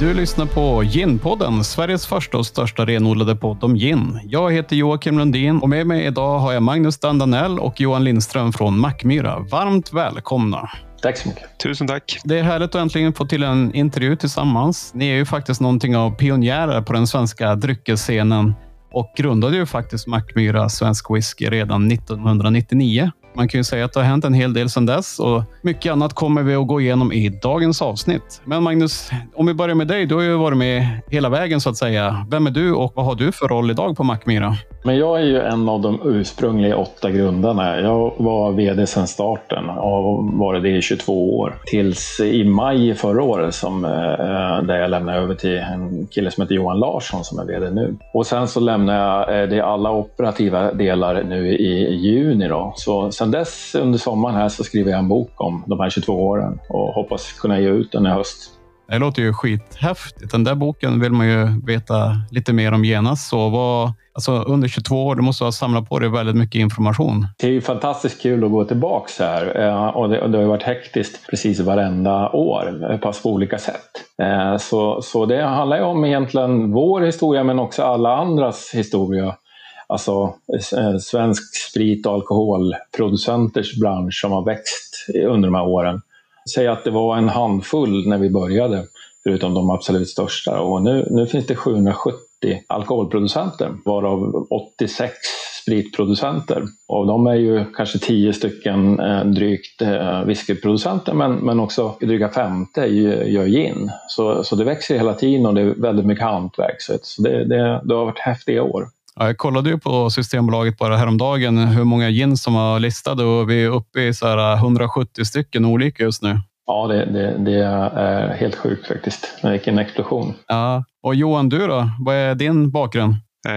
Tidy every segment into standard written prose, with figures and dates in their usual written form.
Du lyssnar på Gin-podden, Sveriges första och största renodlade podd om gin. Jag heter Joakim Lundin och med mig idag har jag Magnus Dandanell och Johan Lindström från Mackmyra. Varmt välkomna. Tack så mycket. Tusen tack. Det är härligt att äntligen få till en intervju tillsammans. Ni är ju faktiskt någonting av pionjärer på den svenska dryckesscenen och grundade ju faktiskt Mackmyra Svensk Whisky redan 1999. Man kan ju säga att det har hänt en hel del sedan dess och mycket annat kommer vi att gå igenom i dagens avsnitt. Men Magnus, om vi börjar med dig, du har ju varit med hela vägen så att säga. Vem är du och vad har du för roll idag på Mackmyra? Men jag är ju en av de ursprungliga 8 grundarna. Jag var vd sedan starten och var det i 22 år. Tills i maj förra året där jag lämnade över till en kille som heter Johan Larsson som är vd nu. Och sen så lämnade jag det alla operativa delar nu i juni då. Så sen dess under sommaren här så skriver jag en bok om de här 22 åren och hoppas kunna ge ut den i höst. Det låter ju skithäftigt. Den där boken vill man ju veta lite mer om genast. Så under 22 år, du måste ha samlat på dig väldigt mycket information. Det är ju fantastiskt kul att gå tillbaka här och det har varit hektiskt precis varenda år, fast på olika sätt. Så det handlar ju om egentligen vår historia men också alla andras historia. Alltså svensk sprit- och alkoholproducenters bransch som har växt under de här åren. Säg att det var en handfull när vi började, förutom de absolut största. Och nu finns det 770 alkoholproducenter, varav 86 spritproducenter. Och de är ju kanske 10 stycken drygt whiskyproducenter, men också dryga 50 gör gin. Så det växer hela tiden och det är väldigt mycket hantverk. Så det har varit häftiga år. Ja, jag kollade ju på Systembolaget bara häromdagen hur många gin som var listade och vi är uppe i så här 170 stycken olika just nu. Ja, det är helt sjukt faktiskt. Vilken explosion. Ja. Och Johan, du då? Vad är din bakgrund?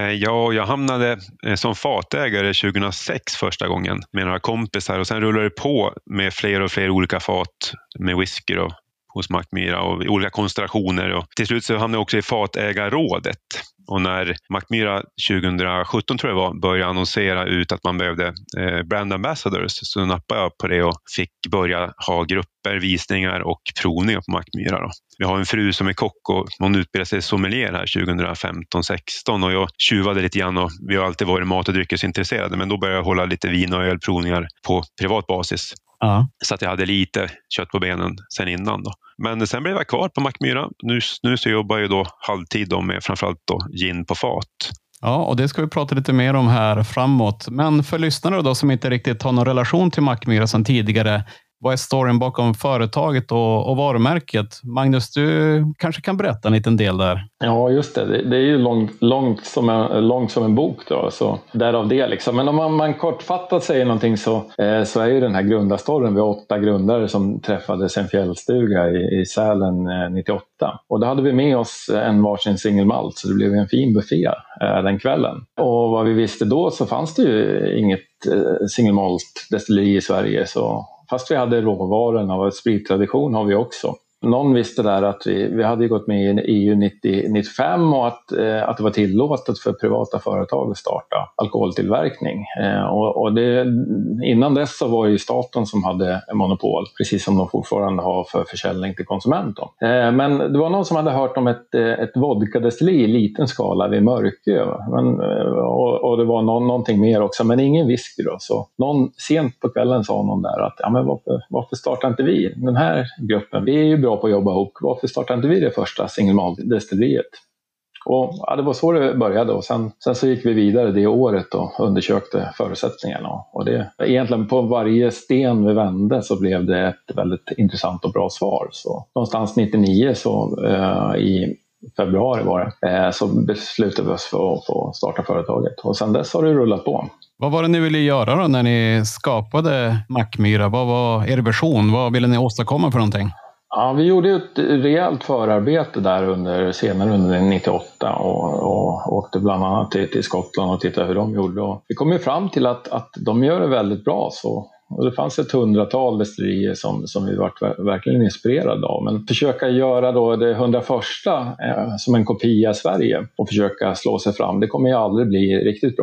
Jag hamnade som fatägare 2006 första gången med några kompisar och sen rullade det på med fler och fler olika fat med whisky då, hos Mackmyra och i olika konstellationer. Och till slut så hamnade jag också i fatägarrådet. Och när Mackmyra 2017 tror jag började annonsera ut att man behövde brand ambassadors så nappade jag på det och fick börja ha grupper, visningar och provningar på Mackmyra då. Vi har en fru som är kock och hon utbildade sig sommelier här 2015-16 och jag tjuvade lite grann och vi har alltid varit mat- och dryckesintresserade men då började jag hålla lite vin- och ölprovningar på privat basis. Ja. Så att jag hade lite kött på benen sen innan då. Men sen blev jag kvar på Mackmyra. Nu så jobbar jag då halvtid då med framförallt då gin på fat. Ja, och det ska vi prata lite mer om här framåt. Men för lyssnare då som inte riktigt har någon relation till Mackmyra sedan tidigare, vad är storyn bakom företaget och varumärket? Magnus, du kanske kan berätta en liten del där. Ja, just det. Det är ju långt som en bok då, så därav det liksom. Men om man kortfattat säger någonting så är ju den här grundarstoryn vi 8 grundare som träffades en fjällstuga i Sälen 98. Och då hade vi med oss en varsin singelmalt så det blev en fin buffé den kvällen. Och vad vi visste då så fanns det ju inget singelmalt destilleri i Sverige så fast vi hade råvarorna och sprittradition har vi också. Någon visste där att vi hade gått med i EU 95 och att det var tillåtet för privata företag att starta alkoholtillverkning. Och innan dess så var det ju staten som hade monopol, precis som de fortfarande har för försäljning till konsument. Men det var någon som hade hört om ett vodka-destilleri i liten skala vid Mörkö. Och det var någonting mer också, men ingen whisky då. Så sent på kvällen sa någon där att ja, men varför startar inte vi den här gruppen? Vi är ju bra på att jobba ihop. Varför startar inte vi det första singelmalt-destilleriet? Och ja, det var så det började och sen så gick vi vidare det året och undersökte förutsättningarna. Och egentligen på varje sten vi vände så blev det ett väldigt intressant och bra svar. Så någonstans 99 så i februari var det, så beslutade vi oss för att få starta företaget. Och sen dess har det rullat på. Vad var det ni ville göra då när ni skapade Mackmyra? Vad var er vision? Vad ville ni åstadkomma för någonting? Ja, vi gjorde ett rejält förarbete där senare under 98 och åkte bland annat till Skottland och tittade hur de gjorde. Och vi kom ju fram till att de gör det väldigt bra så. Och det fanns ett 100-tal destillerier som vi var verkligen inspirerade av. Men försöka göra då det 101:a som en kopia i Sverige och försöka slå sig fram, det kommer ju aldrig bli riktigt bra.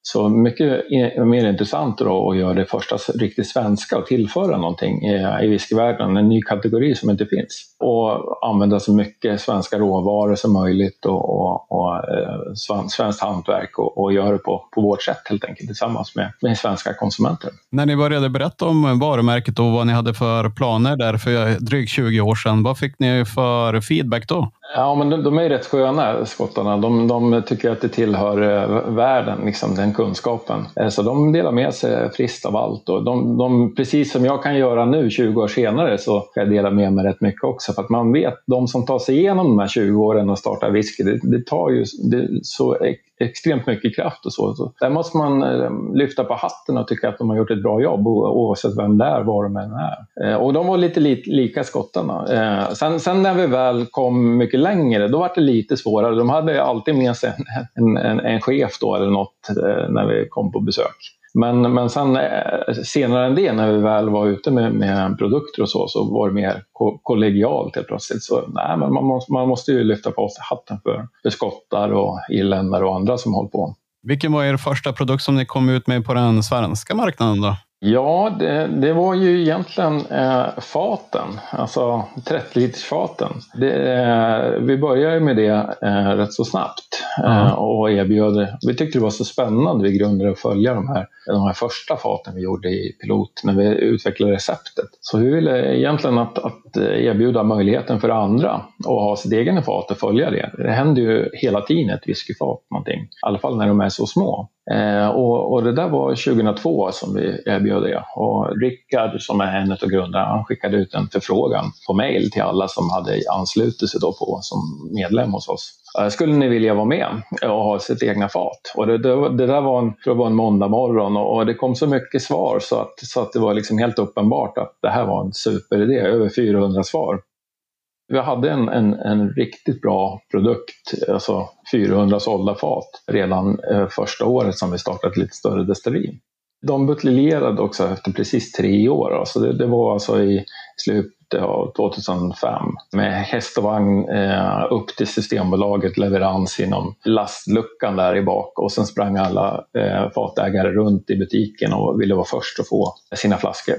Så mycket mer intressant då att göra det första riktigt svenska och tillföra någonting i whiskyvärlden, en ny kategori som inte finns. Och använda så mycket svenska råvaror som möjligt och svenskt hantverk och göra det på vårt sätt helt enkelt tillsammans med svenska konsumenter. När ni började berätta om varumärket och vad ni hade för planer där för drygt 20 år sedan, vad fick ni för feedback då? Ja, men de är rätt sköna, skottarna. De tycker att det tillhör världen, liksom, den kunskapen. Så de delar med sig friskt av allt. Och de, precis som jag kan göra nu 20 år senare, så kan jag dela med mig rätt mycket också. För att man vet, de som tar sig igenom de här 20 åren och startar whisky, det tar ju så extremt mycket kraft och så. Där måste man lyfta på hatten och tycka att de har gjort ett bra jobb oavsett vem det är, var de än är. Och de var lite lika skottarna. Sen när vi väl kom mycket längre, då var det lite svårare. De hade alltid med sig en chef då eller något när vi kom på besök. Men sen senare än det, när vi väl var ute med produkter och så var det mer kollegialt helt plötsligt. Så nej, men man måste ju lyfta på sig hatten för skottar och irländare och andra som håller på. Vilken var er första produkt som ni kom ut med på den svenska marknaden då? Ja, det var ju egentligen faten, alltså 30-litersfaten. Vi började med det rätt så snabbt och erbjöd. Vi tyckte det var så spännande, vi grundade att följa de här första faten vi gjorde i pilot när vi utvecklade receptet. Så vi ville egentligen att erbjuda möjligheten för andra att ha sitt egen fat och följa det. Det händer ju hela tiden ett whiskyfat någonting, i alla fall när de är så små. Och det där var 2002 som vi erbjöd det. Och Rickard, som är en av grundarna, han skickade ut en förfrågan på mail till alla som hade anslutit sig då som medlem hos oss. Skulle ni vilja vara med och ha sitt egna fat? Och det där var en måndag morgon och det kom så mycket svar så att det var liksom helt uppenbart att det här var en superidé. Över 400 svar. Vi hade en riktigt bra produkt, alltså 400 sålda fat redan första året som vi startade ett lite större destilleri. De buteljerade också efter precis 3 år. Så det var alltså i slutet av 2005 med häst och vagn upp till Systembolaget, leverans inom lastluckan där i bak. Och sen sprang alla fatägare runt i butiken och ville vara först att få sina flaskor.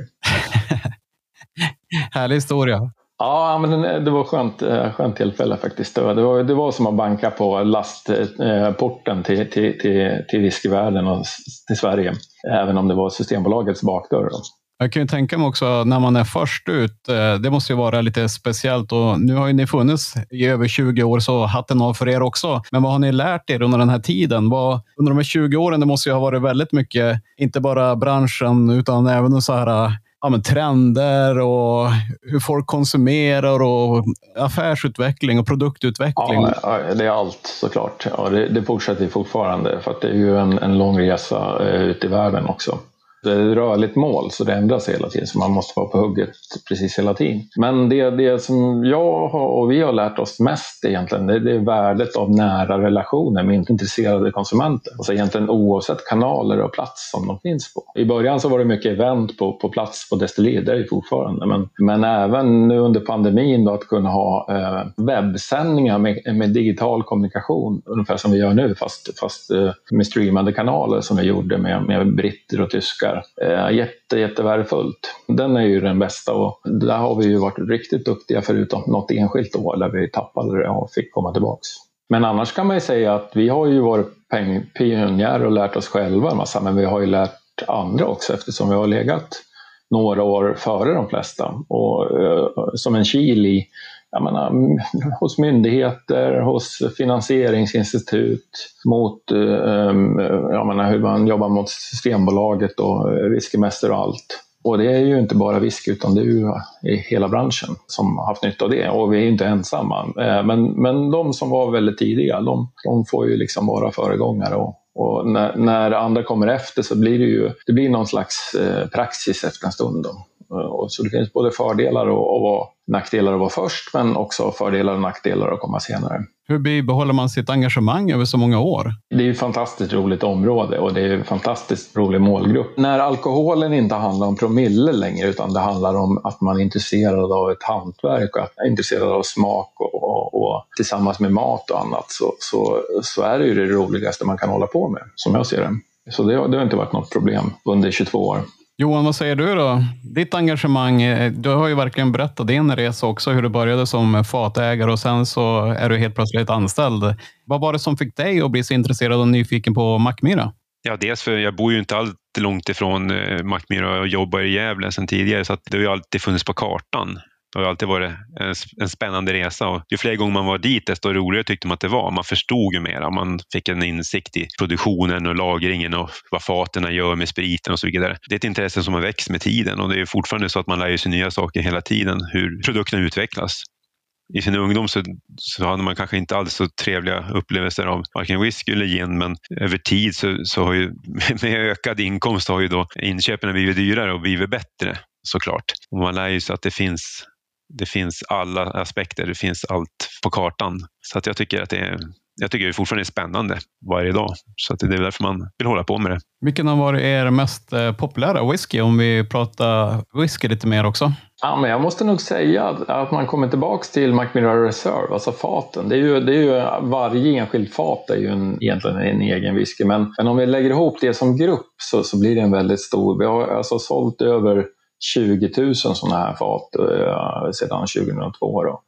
Härlig historia. Ja, men det var skönt tillfälle faktiskt. Det var som att banka på lastporten till whiskyvärlden och till Sverige. Även om det var Systembolagets bakdörr då. Jag kan ju tänka mig också när man är först ut, det måste ju vara lite speciellt och nu har ju ni funnits i över 20 år så hatten av för er också. Men vad har ni lärt er under den här tiden? Under de här 20 åren det måste ju ha varit väldigt mycket, inte bara branschen utan även så här trender och hur folk konsumerar och affärsutveckling och produktutveckling. Ja, det är allt såklart. Ja, det fortsätter fortfarande för att det är ju en lång resa ut i världen också. Det är ett rörligt mål så det ändras hela tiden så man måste vara på hugget precis hela tiden. Men det som jag och vi har lärt oss mest egentligen det är värdet av nära relationer med intresserade konsumenter. Alltså egentligen oavsett kanaler och plats som de finns på. I början så var det mycket event på plats på destilleriet, det är ju fortfarande. Men även nu under pandemin då, att kunna ha webbsändningar med digital kommunikation ungefär som vi gör nu fast med streamade kanaler som vi gjorde med britter och tyskar. Jättevärdefullt. Den är ju den bästa och där har vi ju varit riktigt duktiga förutom något enskilt år där vi tappade det och fick komma tillbaks. Men annars kan man ju säga att vi har ju varit pionjärer och lärt oss själva en massa, men vi har ju lärt andra också eftersom vi har legat några år före de flesta och som en kil i hos myndigheter, hos finansieringsinstitut, mot hur man jobbar mot Systembolaget och whiskymäster och allt. Och det är ju inte bara whisky utan det är ju hela branschen som har haft nytta av det och vi är inte ensamma. Men de som var väldigt tidiga, de får ju liksom vara föregångare och när andra kommer efter så blir det blir någon slags praxis efter en stund då. Och så det finns både fördelar och nackdelar att vara först men också fördelar och nackdelar att komma senare. Hur bibehåller man sitt engagemang över så många år? Det är ju ett fantastiskt roligt område och det är en fantastiskt rolig målgrupp. När alkoholen inte handlar om promille längre utan det handlar om att man är intresserad av ett hantverk och att man är intresserad av smak och tillsammans med mat och annat så är det ju det roligaste man kan hålla på med som jag ser det. Så det har inte varit något problem under 22 år. Johan, vad säger du då? Ditt engagemang, du har ju verkligen berättat din resa också, hur du började som fatägare och sen så är du helt plötsligt anställd. Vad var det som fick dig att bli så intresserad och nyfiken på Mackmyra? Ja, dels för jag bor ju inte alltid långt ifrån Mackmyra och jobbar i Gävle sedan tidigare, så att det har ju alltid funnits på kartan. Det har alltid varit en spännande resa och ju fler gånger man var dit desto roligare tyckte man att det var. Man förstod ju mera, man fick en insikt i produktionen och lagringen och vad faterna gör med spriten och så vidare. Det är ett intresse som har växt med tiden och det är fortfarande så att man lär sig nya saker hela tiden, hur produkterna utvecklas. I sin ungdom så hade man kanske inte alls så trevliga upplevelser av varken whisky eller gin, men över tid så har ju med ökad inkomst har ju då inköpen blivit dyrare och blivit bättre såklart. Och man lär ju sig att det finns alla aspekter, det finns allt på kartan. Så att jag tycker det fortfarande är spännande varje dag. Så att det är därför man vill hålla på med det. Vilken har varit er mest populära whisky, om vi pratar whisky lite mer också? Ja, men jag måste nog säga att man kommer tillbaka till Mackmyra Reserve, alltså faten. Det är ju varje enskild fat är ju egentligen en egen whisky. Men om vi lägger ihop det som grupp så blir det en väldigt stor. Vi har alltså sålt över 20 000 sådana här fat sedan 2002 då.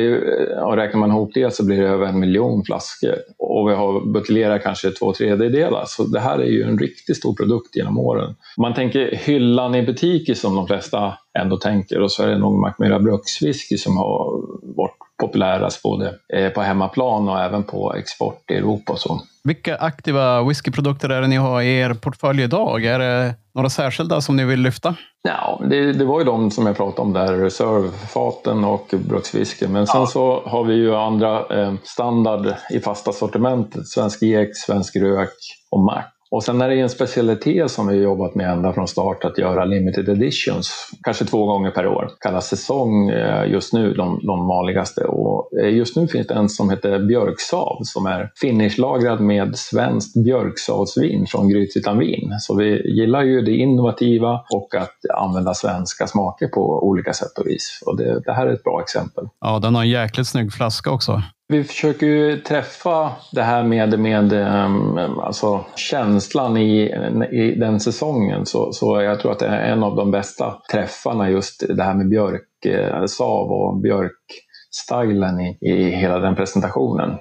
Och räknar man ihop det så blir det över 1 miljon flaskor. Och vi har buteljerat kanske 2/3. Så det här är ju en riktigt stor produkt genom åren. Man tänker hyllan i butiker som de flesta ändå tänker, och så är det nog Mackmyra brukswhisky som har varit populärast både på hemmaplan och även på export i Europa och så. Vilka aktiva whiskyprodukter är det ni har i er portfölj idag? Är det några särskilda som ni vill lyfta? Ja, det var ju de som jag pratade om där, reservefaten och brukswhisky. Men sen så har vi ju andra standard i fasta sortimentet. Svensk ek, svensk rök och mack. Och sen är det en specialitet som vi har jobbat med ända från start, att göra limited editions, kanske 2 gånger per år. Kallas säsong just nu, de vanligaste. Och just nu finns det en som heter Björksav som är finishlagrad med svenskt björksavsvin från Grythyttan vin. Så vi gillar ju det innovativa och att använda svenska smaker på olika sätt och vis. Och det här är ett bra exempel. Ja, den har en jäkligt snygg flaska också. Vi försöker ju träffa det här med alltså känslan i den säsongen. Så jag tror att det är en av de bästa träffarna, just det här med björksav och björkstylen i hela den presentationen.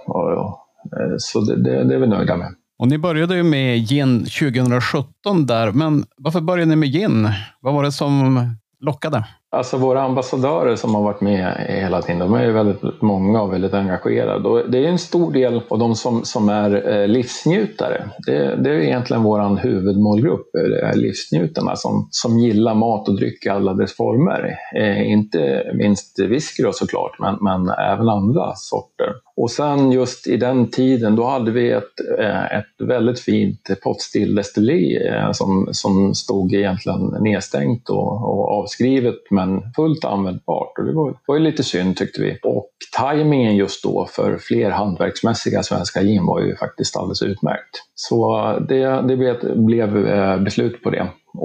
Så det är vi nöjda med. Och ni började ju med gin 2017 där, men varför började ni med gin? Vad var det som lockade? Alltså våra ambassadörer som har varit med hela tiden, de är ju väldigt många och väldigt engagerade. Och det är en stor del av de som är livsnjutare. Det är egentligen vår huvudmålgrupp, det är livsnjutarna som gillar mat och dryck i alla dess former. Inte minst whisky då såklart, men även andra sorter. Och sen just i den tiden, då hade vi ett väldigt fint potstill-destilleri som stod egentligen nedstängt och avskrivet, men fullt användbart. Och det var ju lite synd tyckte vi. Och tajmingen just då för fler hantverksmässiga svenska gin var ju faktiskt alldeles utmärkt. Så det blev beslut på det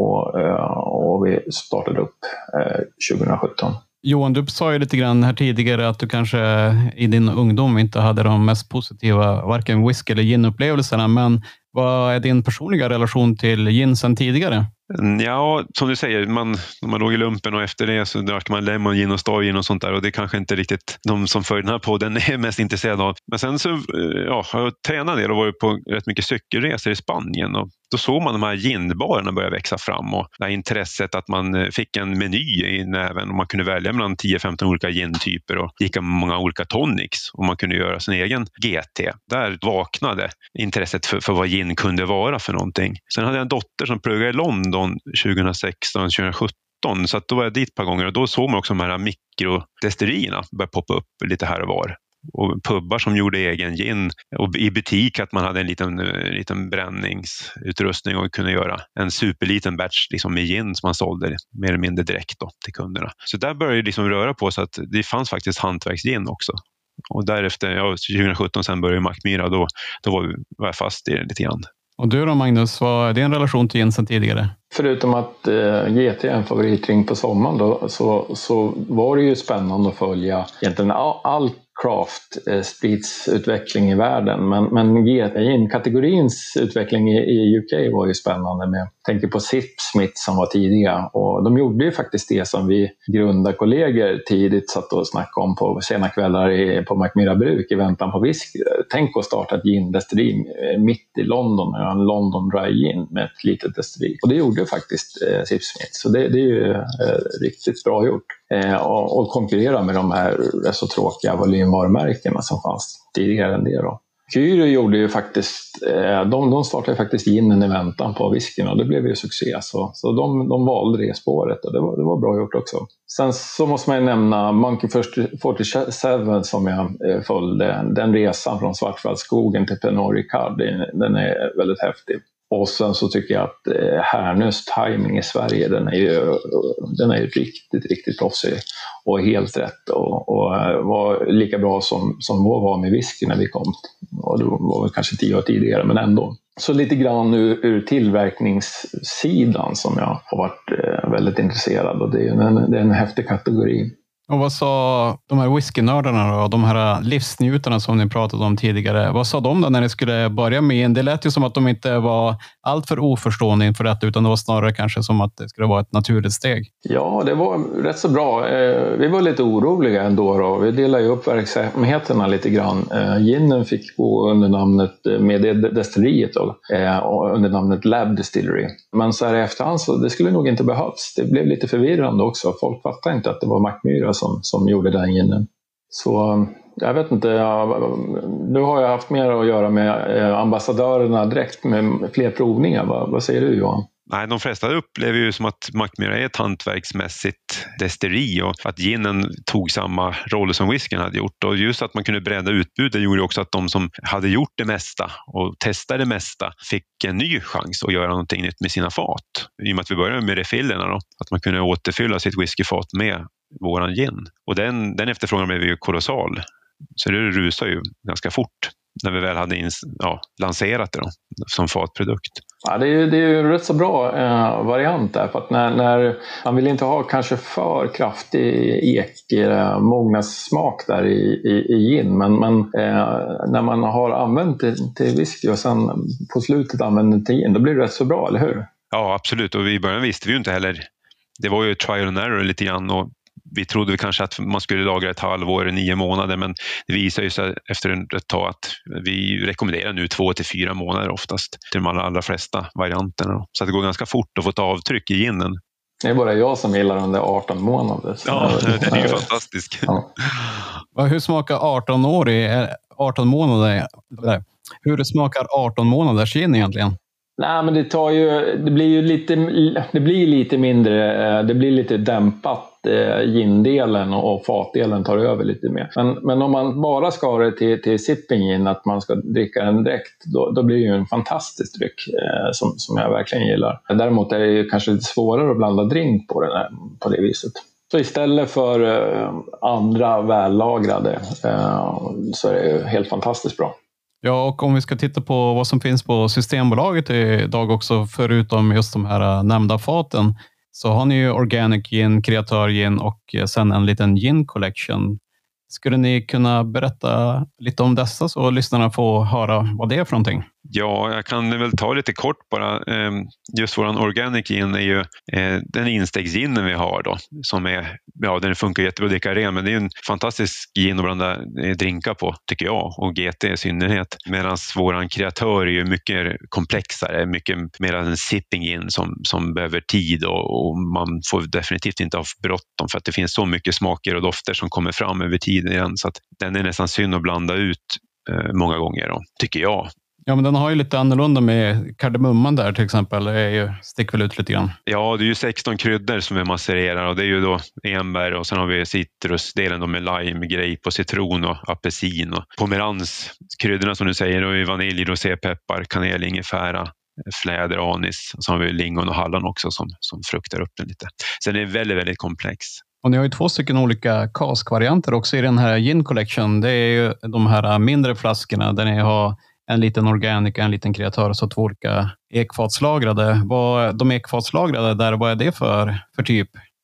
och vi startade upp 2017. Johan, du sa ju lite grann här tidigare att du kanske i din ungdom inte hade de mest positiva varken whisky eller gin-upplevelserna, men vad är din personliga relation till gin sedan tidigare? Ja, som du säger, när man låg i lumpen och efter det så drack man lemon gin och star gin och sånt där, och det är kanske inte riktigt de som följer den här podden är mest intresserade av. Men sen så har jag tränat det och varit på rätt mycket cykelresor i Spanien, och då såg man de här ginbarerna börja växa fram, och det här intresset att man fick en meny i näven och man kunde välja mellan 10-15 olika gintyper och lika många olika tonics, och man kunde göra sin egen GT. Där vaknade intresset för vad gin kunde vara för någonting. Sen hade jag en dotter som pluggade i London 2016-2017, så att då var jag dit ett par gånger, och då såg man också de här mikrodestillerierna börja poppa upp lite här och var. Och pubbar som gjorde egen gin, och i butik att man hade en liten bränningsutrustning och kunde göra en superliten batch liksom med gin som man sålde mer eller mindre direkt då till kunderna. Så där började det liksom röra på, så att det fanns faktiskt hantverksgin också. Och därefter, 2017 sen började Mackmyra, då var jag fast i det lite grann. Och du då Magnus, vad är din relation till gin sedan tidigare? Förutom att GT är en favoritring på sommaren då, så var det ju spännande att följa egentligen allt craft-spritsutveckling i världen. Men gin-kategorins utveckling i UK var ju spännande. Tänker på Sipsmith som var tidiga. Och de gjorde ju faktiskt det som vi grundarkollegor tidigt satt och snackade om på sena kvällar på Mackmyra bruk i väntan på whisky. Tänk att starta ett gin-destilleri mitt i London, en London Dry Gin med ett litet destilleri. Och det gjorde faktiskt Sipsmith. Så det är ju riktigt bra gjort. Och konkurrera med de här så tråkiga volymvarumärkena som fanns tidigare än det då. Kyro gjorde ju faktiskt, de startade faktiskt ginen i väntan på whiskyn och det blev ju succé. Så de valde det spåret och det var bra gjort också. Sen så måste man ju nämna Monkey 47 som jag följde. Den resan från Svartfällsskogen till Pernod Ricard, den är väldigt häftig. Och sen så tycker jag att Härnös timing i Sverige, den är riktigt, riktigt proffsig och helt rätt och var lika bra som vår var med whisky när vi kom. Och det var väl kanske 10 år tidigare, men ändå. Så lite grann ur tillverkningssidan som jag har varit väldigt intresserad och det är en häftig kategori. Och vad sa de här whiskynördarna då, de här livsnjutarna som ni pratade om tidigare, vad sa de då när ni skulle börja med? Det lät ju som att de inte var allt för oförstående inför detta, utan det var snarare kanske som att det skulle vara ett naturligt steg. Ja, det var rätt så bra. Vi var lite oroliga ändå då. Vi delade ju upp verksamheterna lite grann. Ginen fick gå under namnet med det destilleriet då, under namnet Lab Distillery. Men så här i efterhand så det skulle nog inte behövts. Det blev lite förvirrande också. Folk fattade inte att det var Mackmyra som gjorde den ginen. Så jag vet inte, nu har jag haft mer att göra med ambassadörerna direkt med fler provningar. Vad säger du, Johan? Nej, de flesta upplever ju som att Mackmyra är ett hantverksmässigt destilleri och att ginen tog samma roll som whiskyn hade gjort. Och just att man kunde bredda utbudet gjorde också att de som hade gjort det mesta och testade det mesta fick en ny chans att göra någonting nytt med sina fat. I och med att vi började med refillerna då, att man kunde återfylla sitt whiskyfat med våran gin. Och den efterfrågan blev ju kolossal. Så det rusar ju ganska fort när vi väl hade lanserat det då, som fatprodukt. Ja, det är ju en rätt så bra variant där, för att när man vill inte ha kanske för kraftig mognadssmak där i gin, men när man har använt det till whisky och sen på slutet använder det till gin, då blir det rätt så bra, eller hur? Ja, absolut, och i början visste vi ju inte heller, det var ju trial and error lite grann och vi trodde kanske att man skulle lagra ett halvår, 9 månader, men det visar ju sig efter ett tag att vi rekommenderar nu 2 till 4 månader oftast till de allra flesta varianterna. Så det går ganska fort att få ett avtryck i ginen. Det är bara jag som gillar den där 18 månader. Ja, den är ju fantastisk. Ja. Hur smakar 18 månader? Hur smakar 18 månaders gin egentligen? Nej, men det blir lite mindre, det blir lite dämpat gindelen och fatdelen tar över lite mer. Men om man bara ska ha det till sipping gin, att man ska dricka den direkt, då blir det ju en fantastisk dryck som jag verkligen gillar. Däremot är det ju kanske lite svårare att blanda drink på det viset. Så istället för andra vällagrade så är det ju helt fantastiskt bra. Ja, och om vi ska titta på vad som finns på Systembolaget idag också, förutom just de här nämnda faten, så har ni ju Organic Gin, Kreatör Gin och sen en liten Gin Collection. Skulle ni kunna berätta lite om dessa så lyssnarna får höra vad det är för någonting? Ja, jag kan väl ta lite kort bara. Just våran Organic Gin är ju den instegsginen vi har då, som är, den funkar jättebra att dricka ren, men det är en fantastisk gin att blanda drinkar på, tycker jag, och GT i synnerhet. Medan våran Kreatör är ju mycket komplexare, mycket mer en sipping gin som behöver tid och man får definitivt inte ha bråttom för att det finns så mycket smaker och dofter som kommer fram över tiden igen, så att den är nästan synd att blanda ut många gånger då, tycker jag. Ja, men den har ju lite annorlunda med kardemumman där till exempel. Det sticker väl ut lite grann. Ja, det är ju 16 kryddor som vi masserar och det är ju då enbär och sen har vi citrusdelen då med lime, grape och citron och apelsin och pomerans. Kryddorna som du säger då är vanilj, rosépeppar, kanel, ingefära, fläder, anis. Och så har vi lingon och hallon också som fruktar upp den lite. Så den är väldigt, väldigt komplex. Och ni har ju 2 stycken olika cask-varianter också i den här Gin Collection. Det är ju de här mindre flaskorna där ni har en liten Organic, en liten Kreatör och så 2 olika ekfatslagrade. De ekfatslagrade där, vad är det för typ?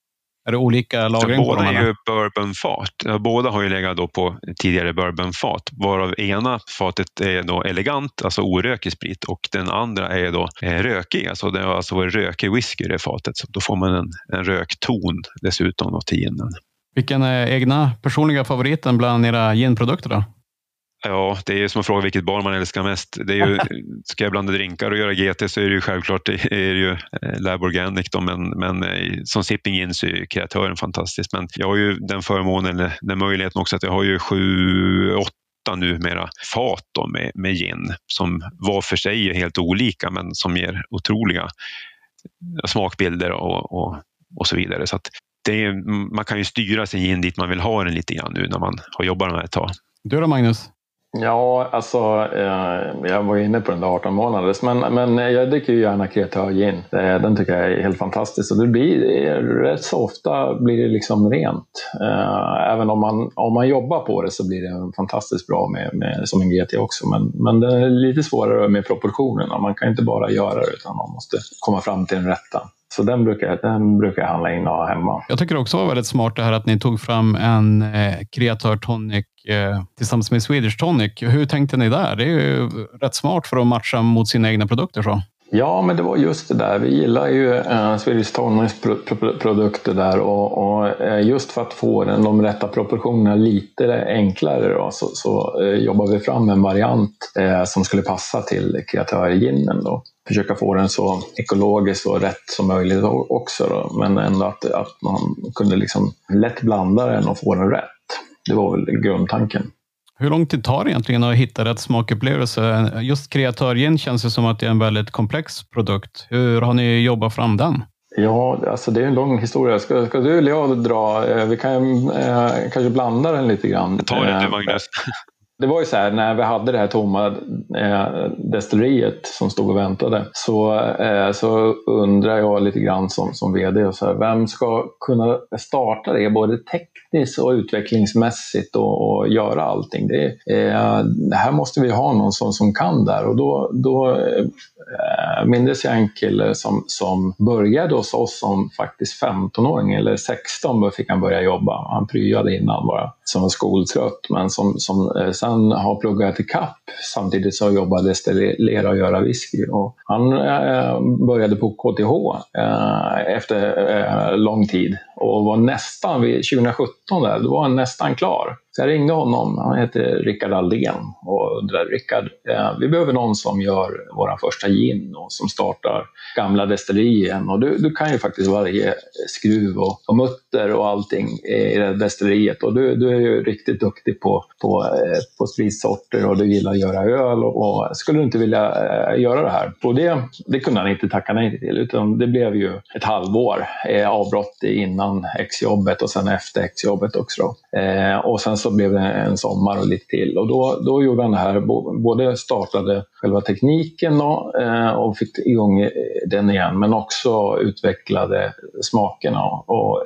Är det olika lagring på dem? Båda är ju bourbonfat. Båda har ju legat då på tidigare bourbonfat, varav ena fatet är då elegant, alltså orökig sprit, och den andra är då rökig, alltså det har alltså varit rökig whisky i det fatet, så då får man en rökton dessutom till ginen. Vilken är egna personliga favoriten bland era ginprodukter då? Ja, det är ju som att fråga vilket barn man älskar mest. Det är ju, ska jag blanda drinkar och göra GT så är det ju självklart det är ju Lab Organic då, men som sipping in så är kreatören fantastisk. Men jag har ju den förmånen, eller den möjligheten också, att jag har ju 7-8 numera fat då med gin som var för sig är helt olika men som ger otroliga smakbilder och så vidare. Så att man kan ju styra sin gin dit man vill ha den lite grann nu när man har jobbat med det ett tag. Du då, Magnus? Ja, alltså jag var inne på den där 18 månaders, men jag dricker ju gärna kreatör gin. Den tycker jag är helt fantastisk, och det blir rätt så ofta blir det liksom rent. Även om man jobbar på det så blir det fantastiskt bra med som en GT också, men det är lite svårare med proportionerna. Man kan inte bara göra det, utan man måste komma fram till den rätta. Så den brukar jag handla in och ha hemma. Jag tycker också var väldigt smart det här att ni tog fram en kreatör tonic tillsammans med Swedish Tonic. Hur tänkte ni där? Det är ju rätt smart för att matcha mot sina egna produkter så. Ja, men det var just det där. Vi gillar ju Swedish Tonics produkter där, och just för att få de rätta proportionerna lite enklare då, så jobbar vi fram en variant som skulle passa till kreatörginen då. Försöka få den så ekologiskt och rätt som möjligt också då, men ändå att man kunde liksom lätt blanda den och få den rätt. Det var väl grundtanken. Hur lång tid tar det egentligen att hitta rätt smakupplevelse? Just kreatörgin känns det som att det är en väldigt komplex produkt. Hur har ni jobbat fram den? Ja, alltså det är en lång historia. Ska du eller jag dra? Vi kan kanske blanda den lite grann. Ta det, Magnus. Det var ju så här, när vi hade det här tomma destilleriet som stod och väntade, så undrar jag lite grann som vd, och så här, vem ska kunna starta det både tekniskt och utvecklingsmässigt och göra allting. Det här måste vi ha någon som kan där, och då minns jag en kille som började hos oss som faktiskt 15-åring eller 16 fick han börja jobba. Han pryade innan bara, som var skoltrött, men som sen har pluggat i kapp samtidigt som jobbade destillera och göra whisky. Och han började på KTH efter lång tid och var nästan vid 2017 där, då var han nästan klar. Så jag ringde honom, han heter Rickard Aldén, och undrade, Rickard, vi behöver någon som gör vår första gin och som startar gamla destillerier. Och du kan ju faktiskt varje skruv och mutter och allting i det destilleriet, och du är ju riktigt duktig på spritsorter och du gillar att göra öl, och skulle du inte vilja göra det här? Och det kunde han inte tacka nej till, utan det blev ju ett halvår avbrott innan exjobbet och sen efter exjobbet också. Och sen så blev det en sommar och lite till, och då gjorde han det här, både startade själva tekniken och fick igång den igen, men också utvecklade smakerna, och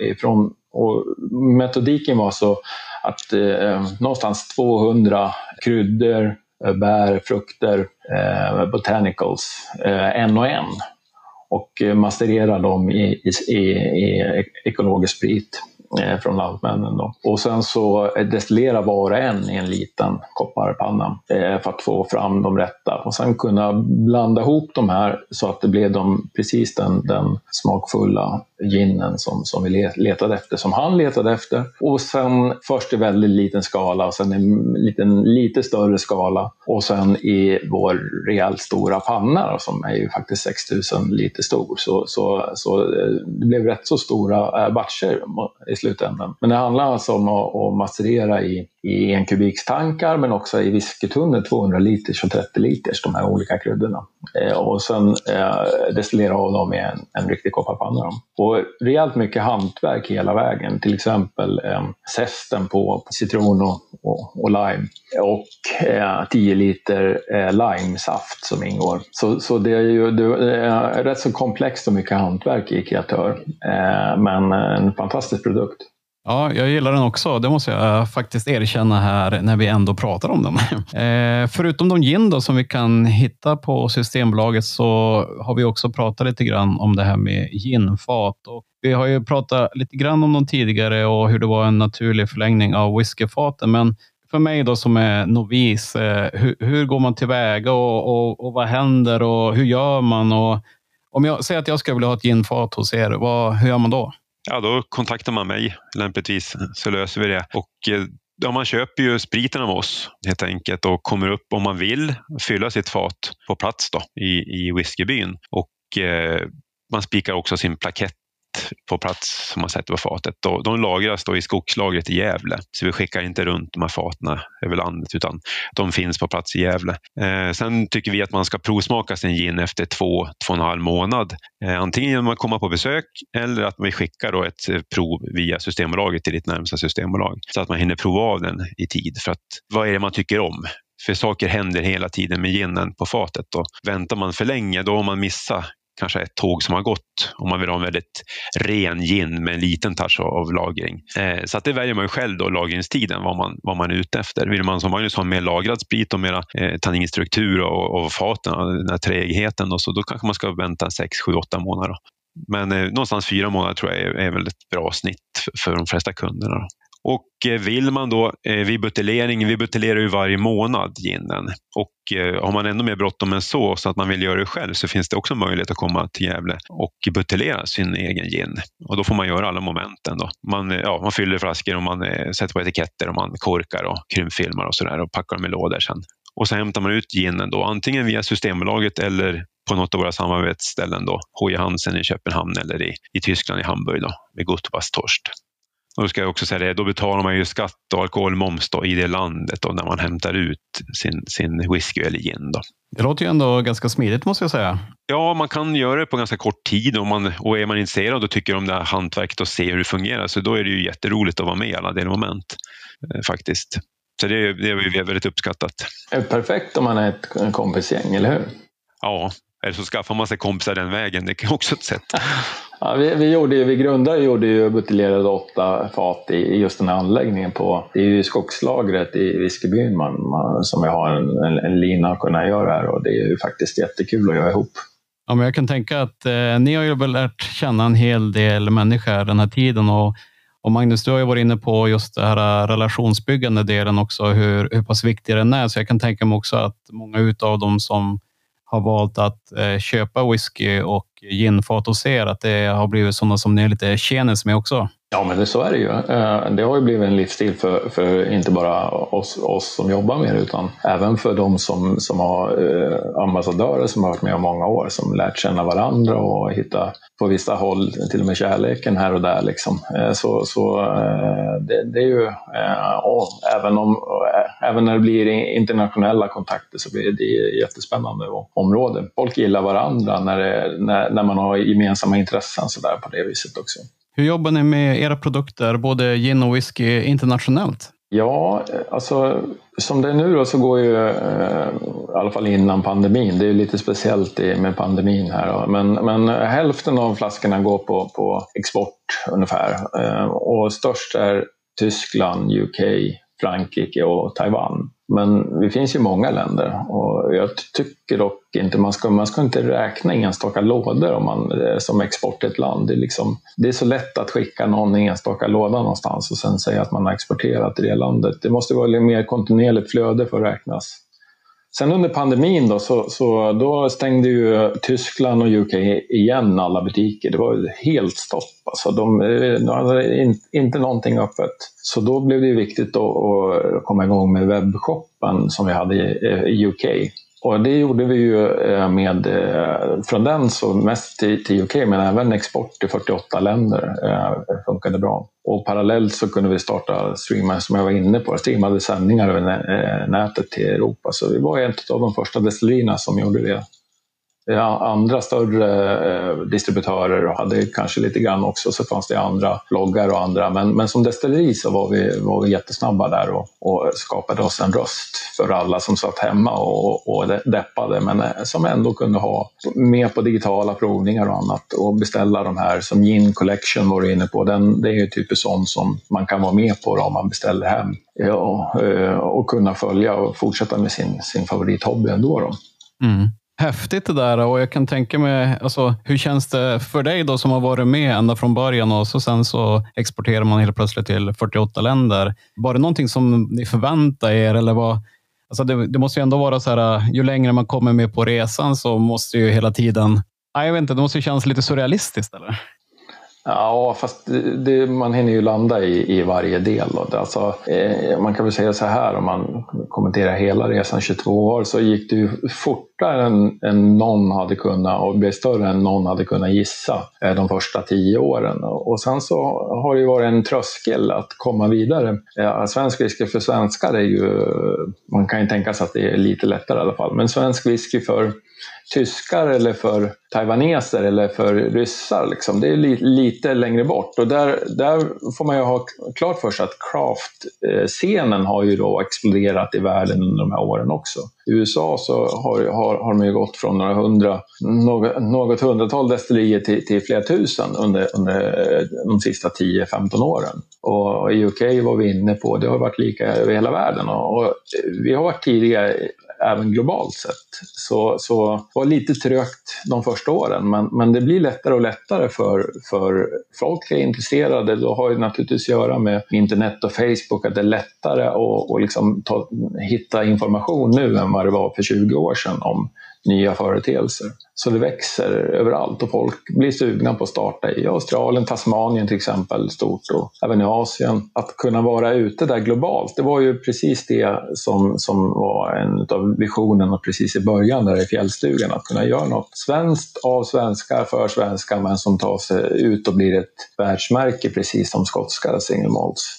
metodiken var så att någonstans 200 kryddor, bär, frukter, botanicals, en och en, och masterera dem i ekologisk sprit från lantmännen då. Och sen så destillera var och en i en liten kopparpanna för att få fram de rätta, och sen kunna blanda ihop de här så att det blev precis den smakfulla ginen som vi letade efter, som han letade efter. Och sen först i väldigt liten skala, och sen en lite större skala, och sen i vår rejält stora panna då, som är ju faktiskt 6000 liter stor. Så det blev rätt så stora batcher i slutändan. Men det handlar alltså om att macerera i 1 kubikstankar, men också i whiskytunnor 200 liters och 30 liters, de här olika kryddorna. Och sen destillera av dem i en riktig kopparpanna. Och rejält mycket hantverk hela vägen, till exempel zesten på citron och lime, och 10 liter limesaft som ingår. Så det är ju rätt så komplext och mycket hantverk i kreatör, men en fantastisk produkt. Ja, jag gillar den också. Det måste jag faktiskt erkänna här när vi ändå pratar om den. Förutom de gin då, som vi kan hitta på Systembolaget, så har vi också pratat lite grann om det här med ginfat. Och Vi har ju pratat lite grann om dem tidigare och hur det var en naturlig förlängning av whiskyfaten. Men för mig då som är novis, hur går man tillväga och vad händer och hur gör man? Och om jag säger att jag skulle vilja ha ett ginfat hos er, hur gör man då? Ja, då kontaktar man mig lämpligtvis så löser vi det. Och man köper ju spriten av oss helt enkelt och kommer upp om man vill fylla sitt fat på plats då i whiskybyn. Och man spikar också sin plakett på plats som man sätter på fatet. De lagras då i skogslagret i Gävle. Så vi skickar inte runt de här faten över landet utan de finns på plats i Gävle. Sen tycker vi att man ska provsmaka sin gin efter 2,5 månad. Antingen genom att komma på besök eller att vi skickar då ett prov via Systembolaget till ditt närmsta systembolag. Så att man hinner prova av den i tid. För att vad är det man tycker om? För saker händer hela tiden med ginen på fatet. Och väntar man för länge då har man missat kanske ett tåg som har gått om man vill ha en väldigt ren gin med en liten touch av lagring. Så att det väljer man ju själv då, lagringstiden, vad man är ute efter. Vill man som Magnus ha mer lagrad sprit och mera tanninstruktur och faten, den här trägigheten då kanske man ska vänta 6, 7, 8 månader. Då. Men någonstans 4 månader tror jag är väl ett bra snitt för de flesta kunderna. Då. Och vill man då vid buteljering, vi buteljerar ju varje månad ginen. Och har man ändå mer bråttom än så att man vill göra det själv så finns det också möjlighet att komma till Gävle och buteljera sin egen gin. Och då får man göra alla momenten då. Man fyller flaskor och man sätter på etiketter och man korkar och krympfilmar och sådär och packar dem i lådor sen. Och så hämtar man ut ginen då antingen via Systembolaget eller på något av våra samarbetsställen då. H.J. Hansen i Köpenhamn eller i Tyskland i Hamburg då med Gutbas Torst. Och då ska jag också säga det, då betalar man ju skatt och alkoholmoms då i det landet då när man hämtar ut sin whisky eller gin då. Det låter ju ändå ganska smidigt måste jag säga. Ja, man kan göra det på ganska kort tid och är man intresserad och tycker om det här hantverket och ser hur det fungerar så då är det ju jätteroligt att vara med i alla delmoment faktiskt. Så det är väldigt uppskattat. Det är perfekt om man är ett kompisgäng, eller hur? Ja, eller så skaffar man sig kompisar den vägen, det kan också ett sätt. Ja, vi grundare gjorde ju buteljerade 8 fat i just den här anläggningen det är ju skogslagret i whiskybyn som jag har en lina att kunna göra här och det är ju faktiskt jättekul att göra ihop. Ja, men jag kan tänka att ni har ju väl lärt känna en hel del människor den här tiden och Magnus, du har ju varit inne på just det här relationsbyggande delen också, hur pass viktig den är, så jag kan tänka mig också att många utav dem som har valt att köpa whisky och ginfat och ser att det har blivit sådana som ni är lite tjenis med också. Ja, men så är det ju. Det har ju blivit en livsstil för inte bara oss som jobbar med det utan även för de som har ambassadörer som har varit med om många år som lärt känna varandra och hitta på vissa håll till och med kärleken här och där liksom. Det är ju även när det blir internationella kontakter så blir det jättespännande område. Folk gillar varandra när man har gemensamma intressen så där på det viset också. Hur jobbar ni med era produkter, både gin och whisky, internationellt? Ja, alltså som det är nu då så går ju i alla fall innan pandemin. Det är ju lite speciellt med pandemin här då. Men hälften av flaskorna går på export ungefär. Och störst är Tyskland, UK, Frankrike och Taiwan. Men det finns ju många länder och jag tycker dock inte man ska inte räkna enstaka lådor om man som export till ett land. Det är så lätt att skicka någon enstaka låda någonstans och sen säga att man har exporterat till det landet. Det måste vara lite mer kontinuerligt flöde för att räknas. Sen under pandemin då stängde ju Tyskland och UK igen alla butiker. Det var helt stopp. Alltså de hade inte någonting öppet. Så då blev det ju viktigt att komma igång med webbshoppen som vi hade i UK. Och det gjorde vi ju från den så mest till UK men även export till 48 länder funkade bra. Och parallellt så kunde vi starta streamar som jag var inne på. Streamade sändningar över nätet till Europa. Så vi var en av de första destillerierna som gjorde det. Andra större distributörer och hade kanske lite grann också så fanns det andra bloggar och andra men som destilleri så var vi jättesnabba där och skapade oss en röst för alla som satt hemma och deppade men som ändå kunde ha med på digitala provningar och annat och beställa de här som Gin Collection var du inne på. Det är ju typ sånt som man kan vara med på då, om man beställer hem och kunna följa och fortsätta med sin favorithobby ändå då. Mm. Häftigt det där, och jag kan tänka mig, alltså, hur känns det för dig då som har varit med ända från början och sen så exporterar man helt plötsligt till 48 länder. Var det någonting som ni förväntar er eller vad? Alltså det måste ju ändå vara så här, ju längre man kommer med på resan så måste ju hela tiden, jag vet inte, det måste ju kännas lite surrealistiskt eller? Ja, fast man hinner ju landa i varje del. Alltså, man kan väl säga så här, om man kommenterar hela resan 22 år så gick det ju fortare än någon hade kunnat och blev större än någon hade kunnat gissa de första 10 åren. Och sen så har det ju varit en tröskel att komma vidare. Svensk whisky för svenskar är ju, man kan ju tänka sig att det är lite lättare i alla fall, men svensk whisky för tyskar eller för taiwaneser eller för ryssar liksom, det är lite längre bort, och där får man ju ha klart för sig att craft-scenen har ju då exploderat i världen under de här åren också. I USA så har man ju gått från något hundratal destillerier till flera tusen under de sista 10-15 åren. Och i UK var vi inne på, det har varit lika över hela världen, och vi har varit tidigare även globalt sett. Så var lite trögt de första åren, men det blir lättare och lättare för folk är intresserade. Då har ju naturligtvis att göra med internet och Facebook, att det är lättare att liksom hitta information nu än vad det var för 20 år sedan om nya företeelser. Så det växer överallt och folk blir sugna på att starta i Australien, Tasmanien till exempel, stort, och även i Asien. Att kunna vara ute där globalt, det var ju precis det som var en av visionerna precis i början där i fjällstugan, att kunna göra något svenskt av svenskar för svenskar, men som tar sig ut och blir ett världsmärke precis som skotska single malts.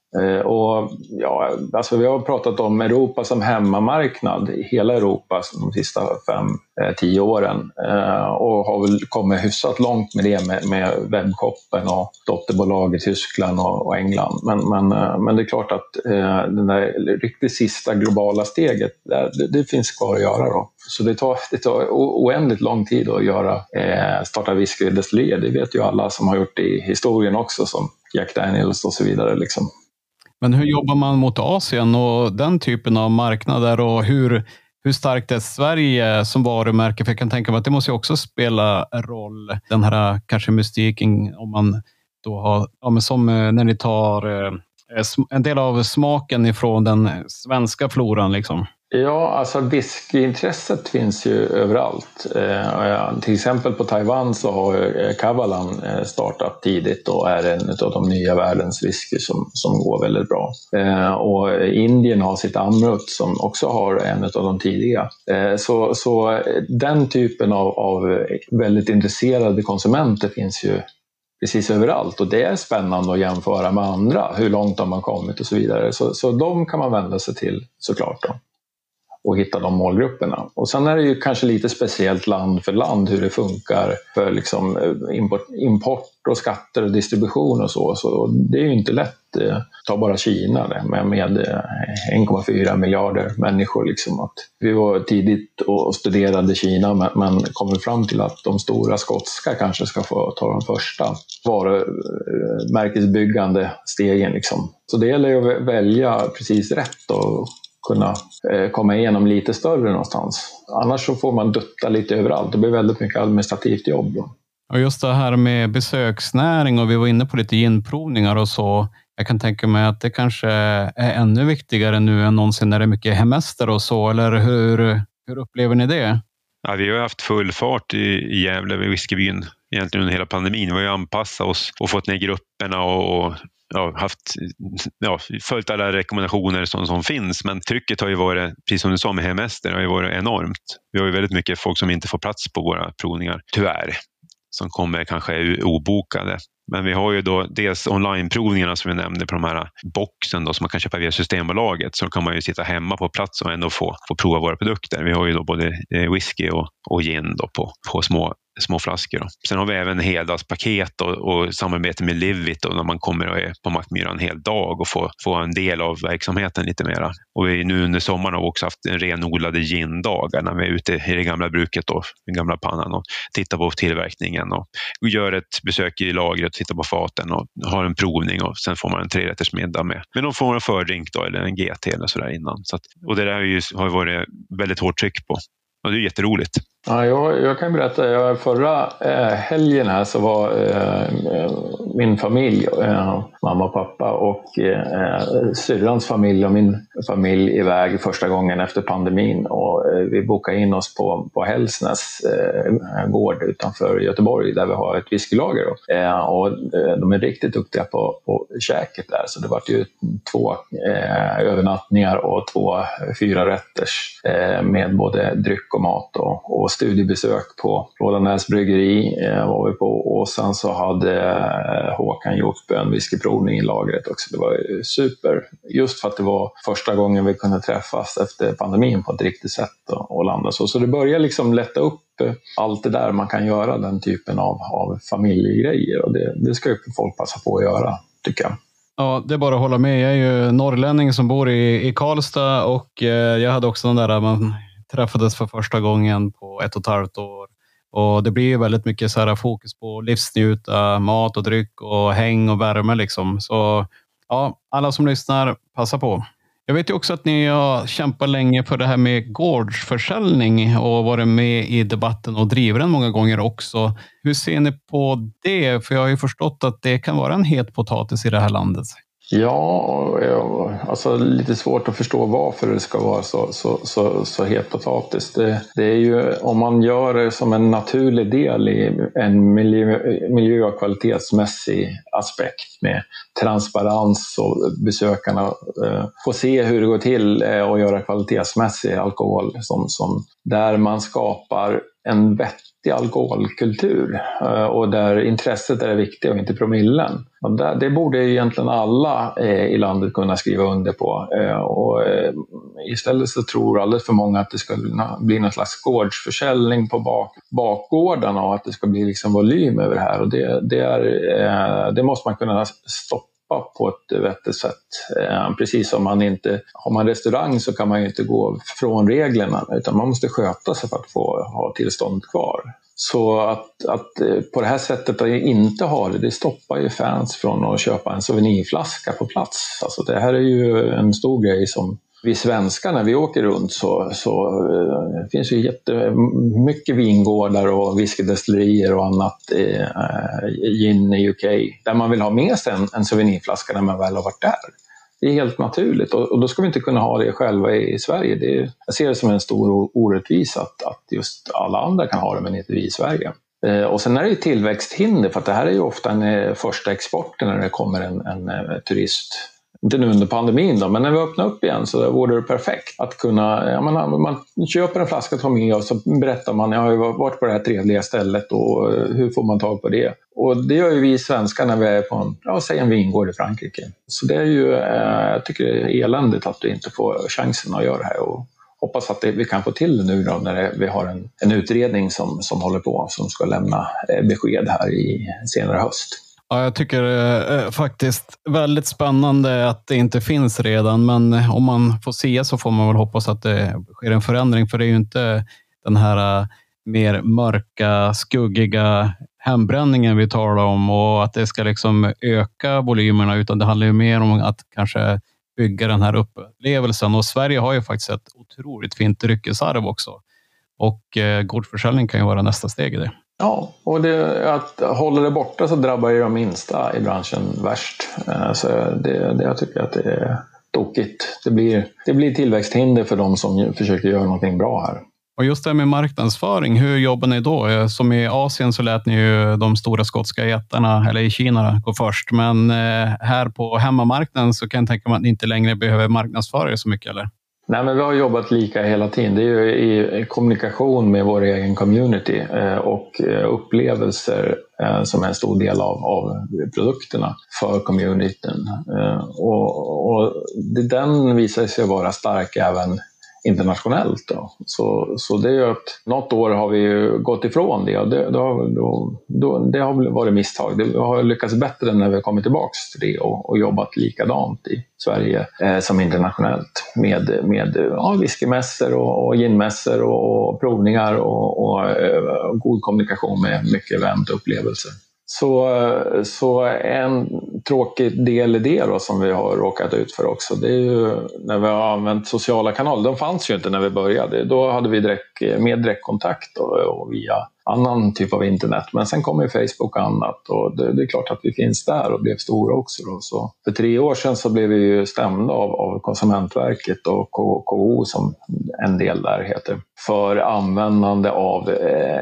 Och ja, alltså vi har pratat om Europa som hemmamarknad i hela Europa de sista 5-10 åren, och har väl kommit hyfsat långt med det med webbshoppen och dotterbolag i Tyskland och England, men det är klart att den där riktigt sista globala steget det finns kvar att göra då. Så det tar oändligt lång tid att göra starta whiskydestillerier. Det vet ju alla som har gjort det i historien också, som Jack Daniels och så vidare liksom. Men hur jobbar man mot Asien och den typen av marknader, och hur starkt är Sverige som varumärke? För jag kan tänka mig att det måste ju också spela roll, den här kanske mystiken, om man då har, men som när ni tar en del av smaken ifrån den svenska floran liksom. Ja, alltså whiskyintresset finns ju överallt. Till exempel på Taiwan så har Kavalan startat tidigt och är en av de nya världens whisky som går väldigt bra. Och Indien har sitt Amrut som också har en av de tidiga. Så den typen av väldigt intresserade konsumenter finns ju precis överallt, och det är spännande att jämföra med andra, hur långt har man kommit och så vidare. Så de kan man vända sig till såklart då, och hitta de målgrupperna. Och sen är det ju kanske lite speciellt land för land hur det funkar för liksom import och skatter och distribution och så det är ju inte lätt. Ta bara Kina med 1,4 miljarder människor liksom. Att vi var tidigt och studerade Kina, men kommer fram till att de stora skotska kanske ska få ta de första varumärkesbyggande stegen liksom. Så det gäller ju att välja precis rätt och kunna komma igenom lite större någonstans. Annars så får man dutta lite överallt. Det blir väldigt mycket administrativt jobb då. Och just det här med besöksnäring, och vi var inne på lite ginprovningar och så. Jag kan tänka mig att det kanske är ännu viktigare nu än någonsin när det är mycket hemester och så. Eller hur upplever ni det? Ja, vi har haft full fart i Gävle vid whiskybyn egentligen under hela pandemin. Vi har ju anpassat oss och fått ner grupperna och följt alla rekommendationer som finns, men trycket har ju varit, precis som du sa med hemester, har ju varit enormt. Vi har ju väldigt mycket folk som inte får plats på våra provningar, tyvärr, som kommer kanske obokade. Men vi har ju då dels onlineprovningarna som vi nämnde på de här boxen då, som man kan köpa via Systembolaget, så kan man ju sitta hemma på plats och ändå få prova våra produkter. Vi har ju då både whisky och gin då på små flaskor då. Sen har vi även heldagspaket och samarbete med Livit då, när man kommer och är på Mackmyra en hel dag och får en del av verksamheten lite mera. Och vi nu under sommaren har vi också haft en renodlade gin-dagar när vi är ute i det gamla bruket då, den gamla pannan, och tittar på tillverkningen och gör ett besök i lagret, tittar på faten och har en provning, och sen får man en 3-rättersmiddag med. Men de får en fördrink då, eller en GT eller sådär innan. Så att, och det där har ju varit väldigt hårt tryck på. Och det är jätteroligt. Ja, jag kan berätta, förra helgen här så var min familj, mamma och pappa och syrrans familj och min familj iväg första gången efter pandemin, och vi bokade in oss på Hälsnäs gård utanför Göteborg där vi har ett whiskylager. Och de är riktigt duktiga på käket där, så det var ju 2 övernattningar och 2 4-rätters med både dryck och mat och studiebesök på Rådanäs bryggeri var vi på, och sen så hade Håkan gjort bönwhiskyprovning i lagret också. Det var super, just för att det var första gången vi kunde träffas efter pandemin på ett riktigt sätt och landa så det börjar liksom lätta upp allt det där man kan göra, den typen av familjegrejer, och det ska ju folk passa på att göra, tycker jag. Ja, det är bara att hålla med. Jag är ju norrlänning som bor i Karlstad, och jag hade också den där man träffades för första gången på 1,5 år. Och det blir ju väldigt mycket så här fokus på livsnjuta, mat och dryck och häng och värme liksom. Så ja, alla som lyssnar, passa på. Jag vet ju också att ni har kämpat länge för det här med gårdsförsäljning och varit med i debatten och driver den många gånger också. Hur ser ni på det? För jag har ju förstått att det kan vara en het potatis i det här landet. Ja, alltså lite svårt att förstå varför det ska vara så het potatis. Det är ju, om man gör det som en naturlig del i en miljö- och kvalitetsmässig aspekt med transparens, och besökarna får se hur det går till att göra kvalitetsmässig alkohol som där man skapar en vettig alkoholkultur och där intresset är det viktiga och inte promillen. Och det borde egentligen alla i landet kunna skriva under på. Och istället så tror alldeles för många att det ska bli någon slags gårdsförsäljning på bakgårdarna och att det ska bli liksom volym över det här. Och det måste man kunna stoppa på ett vettigt sätt. Precis som har man restaurang så kan man ju inte gå från reglerna, utan man måste sköta sig för att få ha tillstånd kvar. Så att på det här sättet att inte ha det stoppar ju fans från att köpa en souvenirflaska på plats. Alltså det här är ju en stor grej som vi svenskar, när vi åker runt så finns ju jättemycket vingårdar och whiskydestillerier och annat gin i UK där man vill ha med sig en souvenirflaska när man väl har varit där. Det är helt naturligt, och då ska vi inte kunna ha det själva i Sverige. Jag ser det som en stor orättvisa att just alla andra kan ha det men inte vi i Sverige. Och sen är det ju tillväxthinder, för att det här är ju ofta en första exporten när det kommer en turist. Inte nu under pandemin då, men när vi öppnar upp igen så vore det perfekt att kunna, man köper en flaska och tar med och så berättar man, jag har ju varit på det här trevliga stället och hur får man tag på det? Och det gör ju vi svenskar när vi är på en vingård i Frankrike. Så det är ju, jag tycker det är eländigt att vi inte får chansen att göra det här, och hoppas att vi kan få till det nu då när vi har en utredning som håller på, som ska lämna besked här i senare höst. Ja, jag tycker faktiskt väldigt spännande att det inte finns redan, men om man får se så får man väl hoppas att det sker en förändring, för det är ju inte den här mer mörka, skuggiga hembränningen vi talar om och att det ska liksom öka volymerna, utan det handlar ju mer om att kanske bygga den här upplevelsen, och Sverige har ju faktiskt ett otroligt fint dryckesarv också, och gårdsförsäljning kan ju vara nästa steg i det. Ja, och att hålla det borta så drabbar ju de minsta i branschen värst. Så jag tycker att det är tokigt. Det blir tillväxthinder för de som försöker göra någonting bra här. Och just det med marknadsföring, hur jobbar ni då? Som i Asien så lät ni ju de stora skotska jättarna, eller i Kina, gå först. Men här på hemmamarknaden så kan jag tänka mig att ni inte längre behöver marknadsföra så mycket, eller? Nej, men vi har jobbat lika hela tiden. Det är ju i kommunikation med vår egen community och upplevelser som är en stor del av produkterna för communityn. Och den visar sig vara stark även internationellt då. Så det är att något år har vi ju gått ifrån det, och det har varit misstag. Det har lyckats bättre när vi har kommit tillbaka till det och jobbat likadant i Sverige som internationellt med whiskymässor och ginmässor och provningar och god kommunikation med mycket event och upplevelser. Så en tråkig del i det då som vi har råkat ut för också, det är ju när vi har använt sociala kanaler. De fanns ju inte när vi började. Då hade vi direktkontakt och via annan typ av internet. Men sen kom ju Facebook och annat, och det är klart att vi finns där och blev stora också då. Så för 3 år sedan så blev vi ju stämda av Konsumentverket och KO som en del där heter, för användande av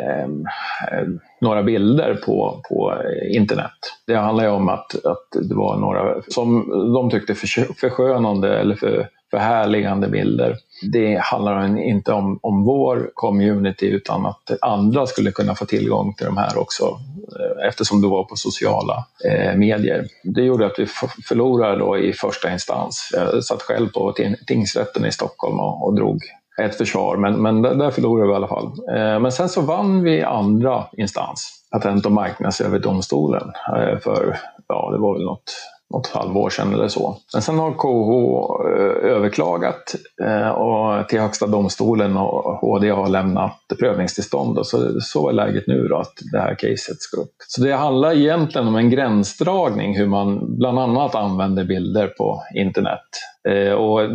några bilder på internet. Det handlar ju om att det var några som de tyckte förskönande eller förhärligande bilder. Det handlar inte om vår community, utan att andra skulle kunna få tillgång till de här också, eftersom det var på sociala medier. Det gjorde att vi förlorade då i första instans. Jag satt själv på tingsrätten i Stockholm och drog ett försvar, men där förlorade vi i alla fall. Men sen så vann vi andra instans, Patent- och marknadsöverdomstolen, för det var väl något halvår sedan eller så. Men sen har KH överklagat och till högsta domstolen, och HD har lämnat prövningstillstånd. Och så är läget nu då, att det här caset ska upp. Så det handlar egentligen om en gränsdragning hur man bland annat använder bilder på internet. Och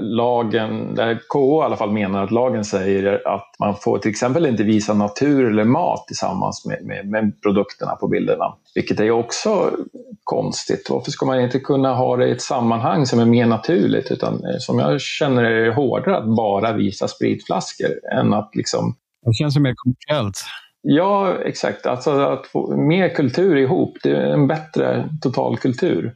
där KH i alla fall menar att lagen säger att man får till exempel inte visa natur eller mat tillsammans med produkterna på bilderna. Vilket är också konstigt. Varför ska man inte kunna ha det i ett sammanhang som är mer naturligt? Utan som jag känner är det hårdare att bara visa spritflaskor än att liksom... Det känns ju mer kommersiellt. Ja, exakt. Alltså att få mer kultur ihop, det är en bättre totalkultur.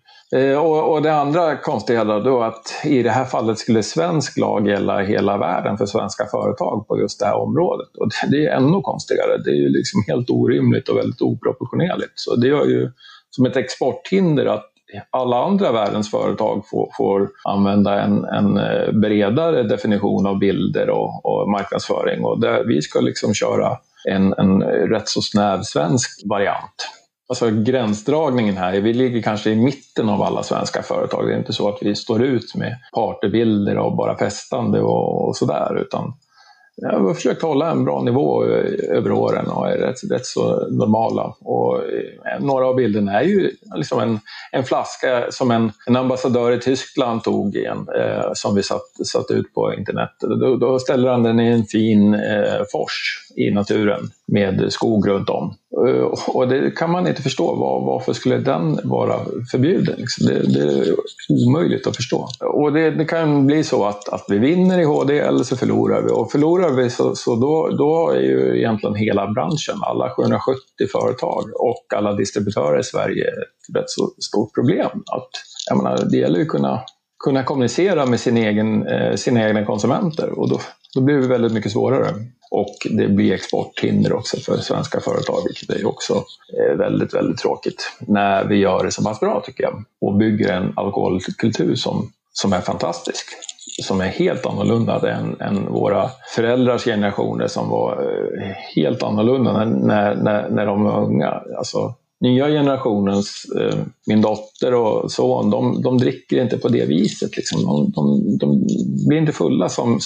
Och det andra konstiga då att i det här fallet skulle svensk lag gälla hela världen för svenska företag på just det här området. Och det är ännu konstigare. Det är ju liksom helt orimligt och väldigt oproportionerligt. Så det gör ju som ett exporthinder att alla andra världens företag får använda en bredare definition av bilder och marknadsföring. Och där vi ska liksom köra en rätt så snäv svensk variant. Alltså gränsdragningen här, vi ligger kanske i mitten av alla svenska företag. Det är inte så att vi står ut med partybilder och bara festande och sådär, utan jag har försökt hålla en bra nivå över åren och är rätt så normala. Och några av bilderna är ju liksom en flaska som en ambassadör i Tyskland tog som vi satt ut på internet. Då ställer han den i en fin fors i naturen med skog runt om. Och det kan man inte förstå. Varför skulle den vara förbjuden? Det är omöjligt att förstå. Och det kan bli så att vi vinner i HD eller så förlorar vi. Och förlorar vi så då är ju egentligen hela branschen, alla 770 företag och alla distributörer i Sverige ett rätt så stort problem. Jag menar, det gäller ju kunna kommunicera med sina egna konsumenter, och då blir det väldigt mycket svårare. Och det blir exporthinder också för svenska företag, vilket är också väldigt, väldigt tråkigt. När vi gör det så pass bra, tycker jag, och bygger en alkoholkultur som är fantastisk. Som är helt annorlunda än våra föräldrars generationer, som var helt annorlunda när de var unga. Alltså, nya generationens, min dotter och son, de dricker inte på det viset. Liksom. De blir inte fulla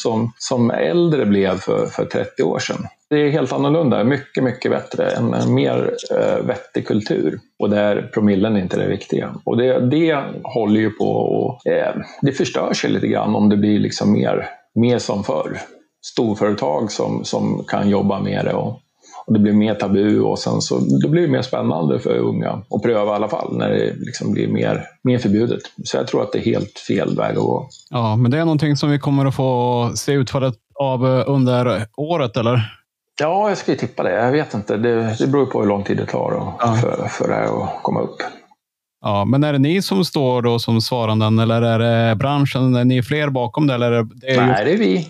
som äldre blev för 30 år sedan. Det är helt annorlunda, mycket, mycket bättre. En mer vettig kultur. Och där promillen inte är det viktiga. Och det håller ju på och det förstör sig lite grann om det blir liksom mer som förr. Storföretag som kan jobba med det och det blir mer tabu, och sen så det blir mer spännande för unga att pröva i alla fall när det liksom blir mer förbjudet. Så jag tror att det är helt fel väg att gå. Ja, men det är någonting som vi kommer att få se utfallet av under året, eller? Ja, jag skulle tippa det. Jag vet inte. Det beror på hur lång tid det tar för det här att komma upp. Ja, men är det ni som står då som svaranden, eller är det branschen? Är ni fler bakom det? Eller Nej, det är vi.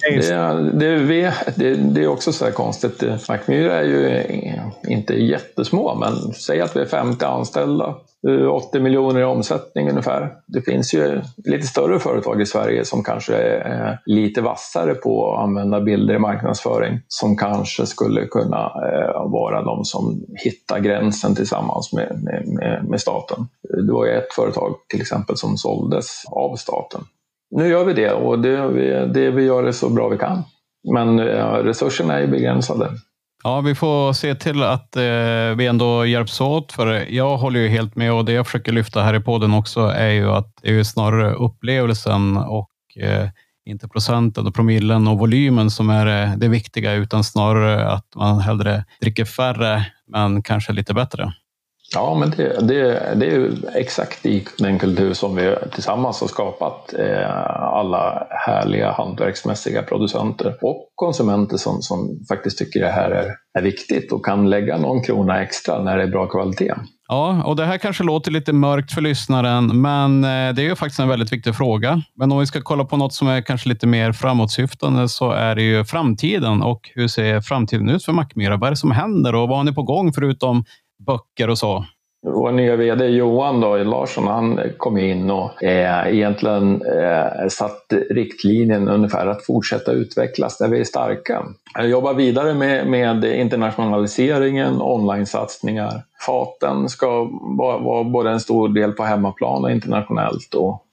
Det är också så här konstigt. Mackmyra är ju inte jättesmå, men säg att vi är 50 anställda. 80 miljoner i omsättning ungefär. Det finns ju lite större företag i Sverige som kanske är lite vassare på att använda bilder i marknadsföring, som kanske skulle kunna vara de som hittar gränsen tillsammans med staten. Det var ju ett företag till exempel som såldes av staten. Nu gör vi det, och vi gör det så bra vi kan. Men resurserna är ju begränsade. Ja, vi får se till att vi ändå hjälps åt, för jag håller ju helt med, och det jag försöker lyfta här i podden också är ju att det är ju snarare upplevelsen och inte procenten och promillen och volymen som är det viktiga, utan snarare att man hellre dricker färre men kanske lite bättre. Ja, men det är ju exakt i den kultur som vi tillsammans har skapat. Alla härliga hantverksmässiga producenter och konsumenter som faktiskt tycker det här är viktigt och kan lägga någon krona extra när det är bra kvalitet. Ja, och det här kanske låter lite mörkt för lyssnaren, men det är ju faktiskt en väldigt viktig fråga. Men om vi ska kolla på något som är kanske lite mer framåtsyftande, så är det ju framtiden. Och hur ser framtiden ut för Mackmyra? Vad är det som händer och vad har ni på gång förutom böcker och så? Vår nya vd Johan Larsson, han kom in och egentligen satt riktlinjen ungefär att fortsätta utvecklas där vi är starka. Jag jobbar vidare med internationaliseringen, online-satsningar. Faten ska vara både en stor del på hemmaplan och internationellt.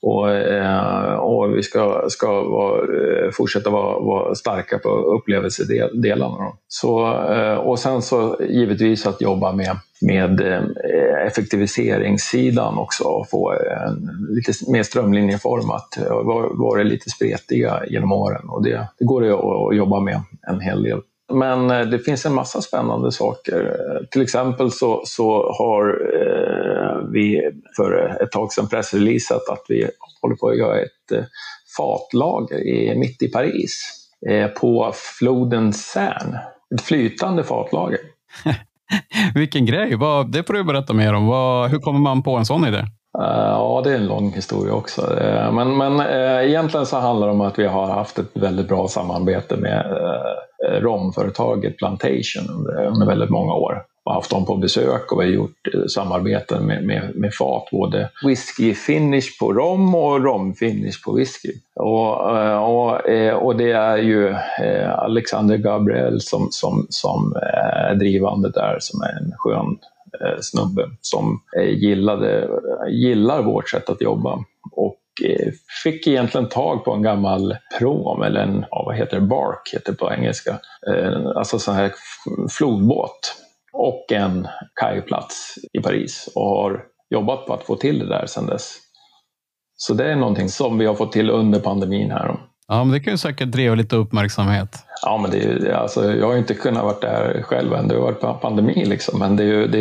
Och vi ska fortsätta vara starka på upplevelsedelarna. Och sen så givetvis att jobba med effektiviseringssidan också och få en lite mer strömlinjeformat. Varit lite spretiga genom åren, och det går det att jobba med en hel del. Men det finns en massa spännande saker. Till exempel så har vi för ett tag sedan pressreleasat att vi håller på att göra ett fatlager mitt i Paris på floden Seine. Ett flytande fatlager. Vilken grej! Det får du berätta mer om. Hur kommer man på en sån idé? Ja, det är en lång historia också. Men egentligen så handlar det om att vi har haft ett väldigt bra samarbete med romföretaget Plantation under väldigt många år. Vi har haft dem på besök och vi har gjort samarbeten med fat, både whisky finish på rom och rom finish på whisky. Och det är ju Alexander Gabriel som är drivande där, som är en skön snubbe som gillar vårt sätt att jobba, och fick egentligen tag på en gammal prom, eller en, vad heter det, bark heter det på engelska, alltså sån här flodbåt, och en kajplats i Paris, och har jobbat på att få till det där sedan dess. Så det är någonting som vi har fått till under pandemin här. Ja, men det kan ju säkert driva lite uppmärksamhet. Ja, men jag har inte kunnat vara där själv än. Det har varit pandemi liksom. Men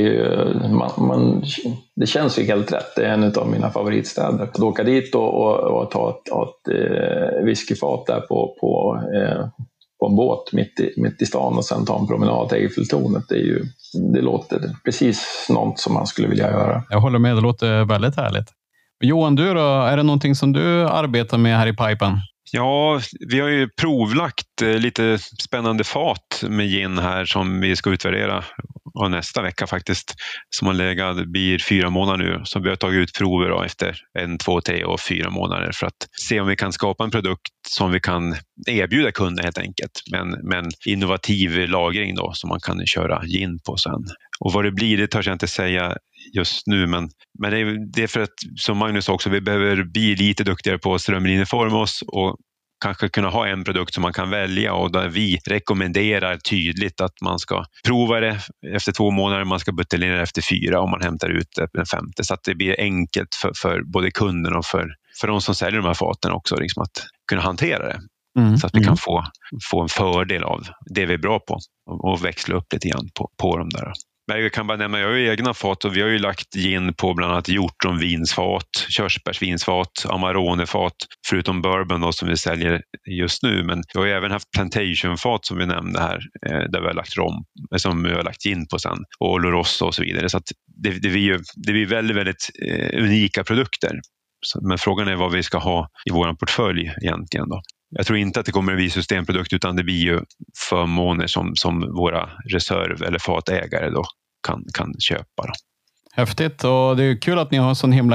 det känns ju helt rätt. Det är en av mina favoritstäder. Att åka dit och ta ett whiskyfat där på en båt mitt i stan och sen ta en promenad till Eiffeltornet. Det låter precis något som man skulle vilja göra. Jag håller med, det låter väldigt härligt. Johan, du då? Är det någonting som du arbetar med här i pipen? Ja, vi har ju provlagt lite spännande fat med gin här som vi ska utvärdera nästa vecka faktiskt. Som har legat blir 4 månader nu. Så vi har tagit ut prover då efter 1, 2, 3 och 4 månader för att se om vi kan skapa en produkt som vi kan erbjuda kunder helt enkelt. Med en innovativ lagring då som man kan köra gin på sen. Och vad det blir, det törs jag inte säga just nu, men det är för att, som Magnus också, vi behöver bli lite duktigare på att strömlinjeforma oss och kanske kunna ha en produkt som man kan välja, och där vi rekommenderar tydligt att man ska prova det efter 2 månader, man ska buteljera det efter 4 och man hämtar ut det den 5:e, så att det blir enkelt för både kunden och för de som säljer de här faten också, liksom att kunna hantera det. Så att vi kan få en fördel av det vi är bra på och växla upp lite grann på dem där. Men jag kan bara nämna, jag har ju egna fat och vi har ju lagt gin på bland annat hjortronvinsfat, körsbärsvinsfat, Amarone-fat, förutom bourbon då, som vi säljer just nu. Men vi har ju även haft plantationfat som vi nämnde här, där vi har lagt rom, som vi har lagt gin på sen, och Oloroso och så vidare. Så att det blir väldigt, väldigt unika produkter. Men frågan är vad vi ska ha i vår portfölj egentligen då. Jag tror inte att det kommer att bli systemprodukt, utan det blir ju förmåner som våra reserv- eller fatägare då kan köpa. Då. Häftigt, och det är kul att ni har en sån himla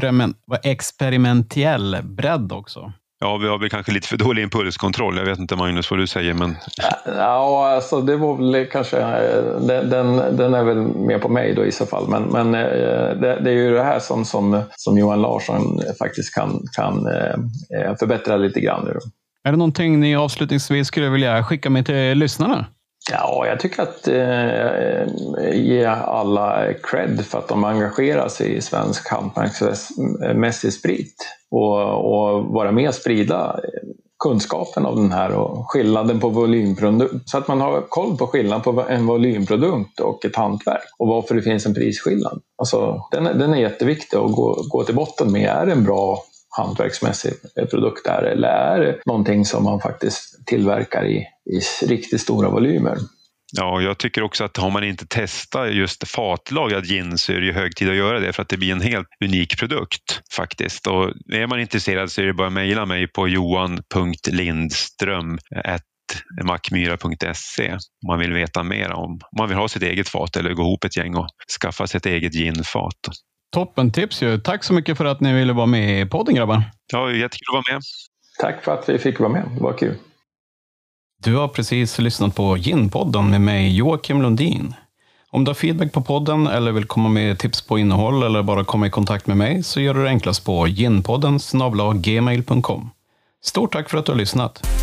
experimentell bredd också. Ja, vi har väl kanske lite för dålig impulskontroll. Jag vet inte, Magnus, vad du säger, men... Ja, alltså det var väl kanske... Den är väl mer på mig då i så fall. Men det är ju det här som Johan Larsson faktiskt kan förbättra lite grann nu. Är det någonting ni avslutningsvis skulle vilja skicka med till lyssnarna? Ja, jag tycker att ge alla cred för att de engagerar sig i svensk hantverksmässig sprit och vara med och sprida kunskapen av den här och skillnaden på volymprodukt, så att man har koll på skillnaden på en volymprodukt och ett hantverk och varför det finns en prisskillnad. Alltså, den är jätteviktig att gå till botten med. Är det en bra hantverksmässig produkt där, eller är det någonting som man faktiskt tillverkar i riktigt stora volymer? Ja, jag tycker också att har man inte testat just fatlagad gin så är det ju hög tid att göra det, för att det blir en helt unik produkt faktiskt. Och är man intresserad så är det bara att mejla mig på johan.lindström@mackmyra.se om man vill veta mer om man vill ha sitt eget fat eller gå ihop ett gäng och skaffa sig ett eget ginfat. Toppen tips ju. Tack så mycket för att ni ville vara med i podden, grabbar. Ja, jättekul att vara med. Tack för att vi fick vara med. Det var kul. Du har precis lyssnat på Ginpodden med mig, Joakim Lundin. Om du har feedback på podden eller vill komma med tips på innehåll eller bara komma i kontakt med mig så gör du det enklast på ginpodden@gmail.com. Stort tack för att du har lyssnat.